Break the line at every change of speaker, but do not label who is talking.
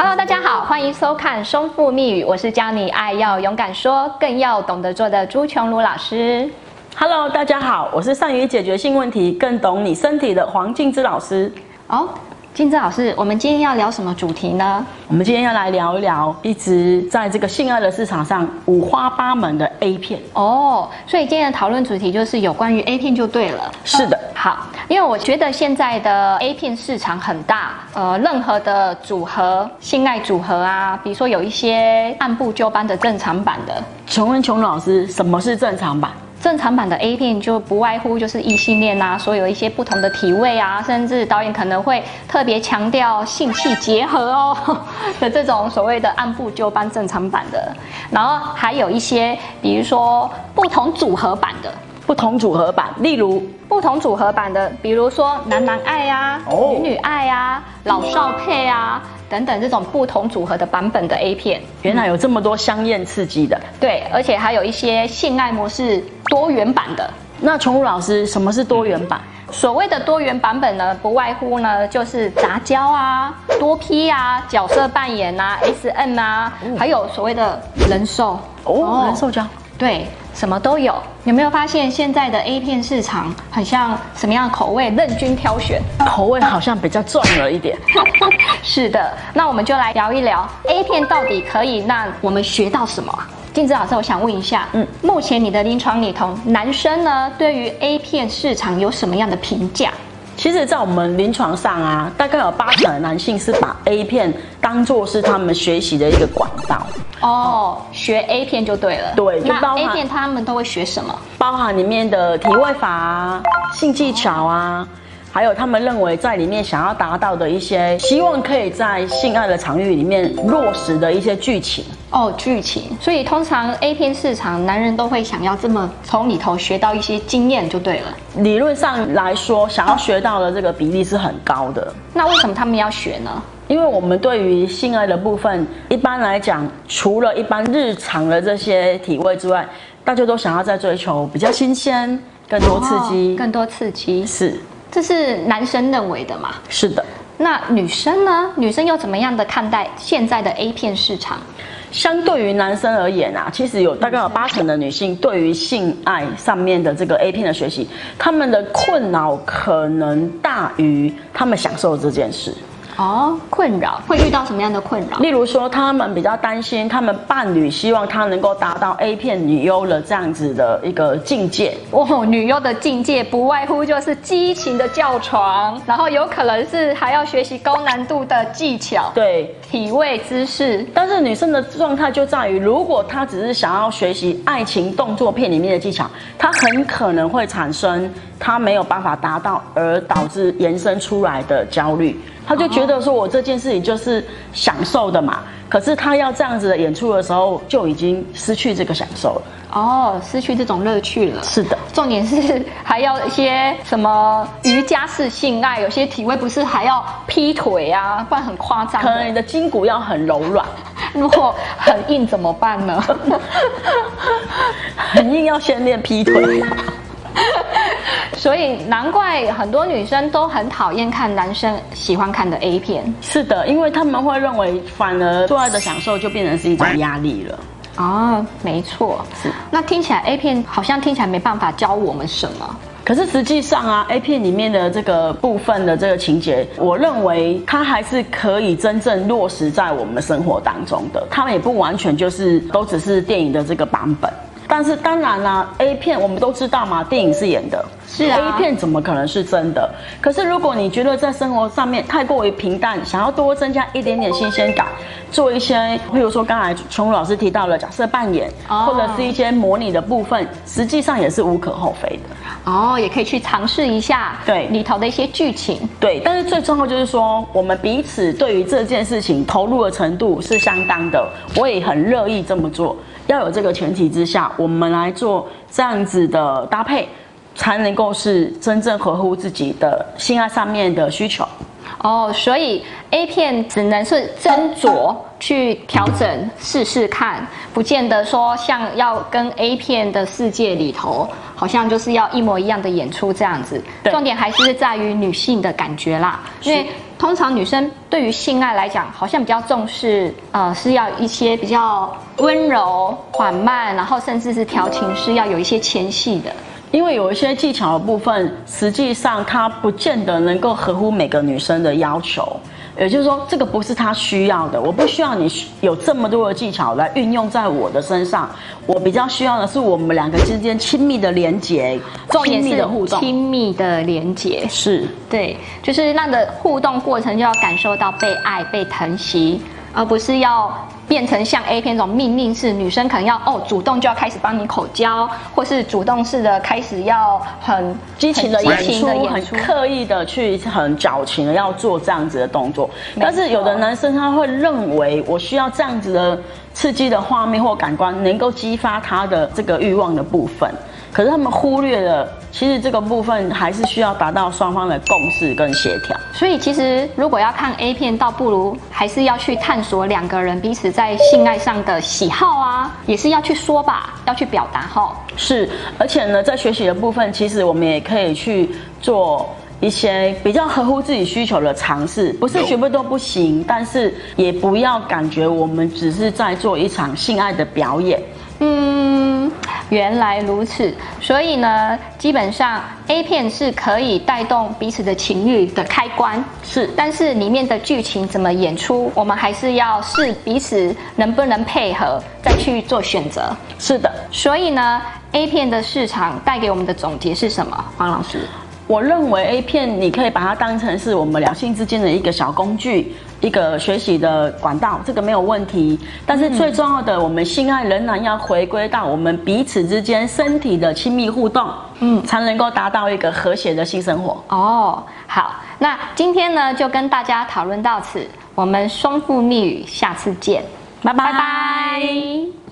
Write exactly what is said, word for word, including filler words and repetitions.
Hello， 大家好，欢迎收看《松富密语》，我是教你爱要勇敢说，更要懂得做的朱琼如老师。
Hello， 大家好，我是善于解决性问题、更懂你身体的黄静之老师。
哦，静之老师，我们今天要聊什么主题呢？
我们今天要来聊一聊一直在这个性爱的市场上五花八门的 A 片。
哦，所以今天的讨论主题就是有关于 A 片就对了。
是的，
好，因为我觉得现在的 A 片市场很大，呃，任何的组合、性爱组合啊，比如说有一些按部就班的正常版的。
琼恩琼老师，什么是正常版？
正常版的 A 片就不外乎就是异性恋啊，所有一些不同的体位啊，甚至导演可能会特别强调性器结合哦的这种所谓的按部就班正常版的，然后还有一些比如说不同组合版的。
不同组合版，例如
不同组合版的，比如说男男爱啊、
哦
女女爱啊、老少配啊等等这种不同组合的版本的 A 片。
原来有这么多香艳刺激的。
对，而且还有一些性爱模式多元版的。
那琼如老师，什么是多元版？
所谓的多元版本呢，不外乎呢就是杂交啊、多 P 啊、角色扮演啊、S M 啊，
哦
还有所谓的人兽
哦，人兽交。
对，什么都有。有没有发现现在的 A 片市场很像什么样的口味？任君挑选，
口味好像比较重了一点。
是的，那我们就来聊一聊 A 片到底可以让我们学到什么啊？静之老师，我想问一下，嗯，目前你的临床里头，男生呢对于 A 片市场有什么样的评价？
其实，在我们临床上啊，大概有八成的男性是把 A 片当作是他们学习的一个管道。
哦，学 A 片就对了。
对，就包
那 A
含
片他们都会学什么？
包含里面的体位法啊、性技巧啊，还有他们认为在里面想要达到的一些，希望可以在性爱的场域里面落实的一些剧情。
哦，剧情。所以通常 A 片市场，男人都会想要这么从里头学到一些经验就对了。
理论上来说，想要学到的这个比例是很高的。
那为什么他们要学呢？
因为我们对于性爱的部分，一般来讲，除了一般日常的这些体位之外，大家都想要在追求比较新鲜、更多刺激、
哦、更多刺激。
是，
这是男生认为的嘛？
是的。
那女生呢？女生又怎么样的看待现在的 A 片市场？
相对于男生而言啊，其实有大概有八成的女性对于性爱上面的这个 A 片的学习，他们的困扰可能大于他们享受这件事。
哦，困扰会遇到什么样的困扰？
例如说，他们比较担心，他们伴侣希望他能够达到 A 片女优的这样子的一个境界。
哦，女优的境界不外乎就是激情的叫床，然后有可能是还要学习高难度的技巧，
对，
体位姿势。
但是女生的状态就在于，如果她只是想要学习爱情动作片里面的技巧，她很可能会产生她没有办法达到，而导致延伸出来的焦虑。他就觉得说，我这件事情就是享受的嘛，可是他要这样子的演出的时候，就已经失去这个享受了。
哦，失去这种乐趣了。
是的，
重点是还要一些什么瑜伽式性爱，有些体位不是还要劈腿啊，不然很夸张。
可能你的筋骨要很柔软，
如果很硬怎么办呢？
很硬要先练劈腿。
所以难怪很多女生都很讨厌看男生喜欢看的 A 片。
是的，因为他们会认为，反而做爱的享受就变成是一种压力了。
哦，没错，是。那听起来 A 片好像听起来没办法教我们什么。
可是实际上啊 ，A 片里面的这个部分的这个情节，我认为它还是可以真正落实在我们的生活当中的。他们也不完全就是都只是电影的这个版本。但是当然啦、啊、，A 片我们都知道嘛，电影是演的，
是啊
，A 片怎么可能是真的？可是如果你觉得在生活上面太过于平淡，想要多增加一点点新鲜感，做一些，譬如说刚才琼如老师提到的角色扮演，哦、或者是一些模拟的部分，实际上也是无可厚非的。
哦，也可以去尝试一下，
对
里头的一些剧情。
对，但是最重要就是说，我们彼此对于这件事情投入的程度是相当的，我也很乐意这么做。要有这个前提之下，我们来做这样子的搭配，才能够是真正合乎自己的性爱上面的需求。
哦，所以 A 片只能是斟酌去调整试试看，不见得说像要跟 A 片的世界里头，好像就是要一模一样的演出这样子。重点还是在于女性的感觉啦，因为通常女生对于性爱来讲，好像比较重视，呃，是要一些比较温柔、缓慢，然后甚至是调情是要有一些前戏的。
因为有一些技巧的部分，实际上它不见得能够合乎每个女生的要求。也就是说，这个不是她需要的，我不需要你有这么多的技巧来运用在我的身上。我比较需要的是我们两个之间亲密的连结，亲密的互动，
亲密的连结
是
对，就是那个互动过程就要感受到被爱、被疼惜，而不是要变成像 A 片这种命令式，女生可能要哦主动就要开始帮你口交，或是主动式的开始要很
激情的演出，很刻意的去很矫情的要做这样子的动作。但是有的男生他会认为我需要这样子的刺激的画面或感官能够激发他的这个欲望的部分，可是他们忽略了，其实这个部分还是需要达到双方的共识跟协调。
所以其实如果要看 A 片，倒不如还是要去探索两个人彼此在性爱上的喜好啊，也是要去说吧，要去表达哈。
是，而且呢，在学习的部分，其实我们也可以去做一些比较合乎自己需求的尝试，不是全部都不行，但是也不要感觉我们只是在做一场性爱的表演。
嗯，原来如此。所以呢，基本上 A 片是可以带动彼此的情欲的开关，
是。
但是里面的剧情怎么演出，我们还是要视彼此能不能配合，再去做选择。
是的。
所以呢 ，A 片的市场带给我们的总结是什么？黄老师？
我认为 A 片你可以把它当成是我们两性之间的一个小工具，一个学习的管道，这个没有问题。但是最重要的，我们性爱仍然要回归到我们彼此之间身体的亲密互动，嗯，才能够达到一个和谐的性生活。
哦，好，那今天呢就跟大家讨论到此，我们双父密语，下次见，
拜拜。
拜拜。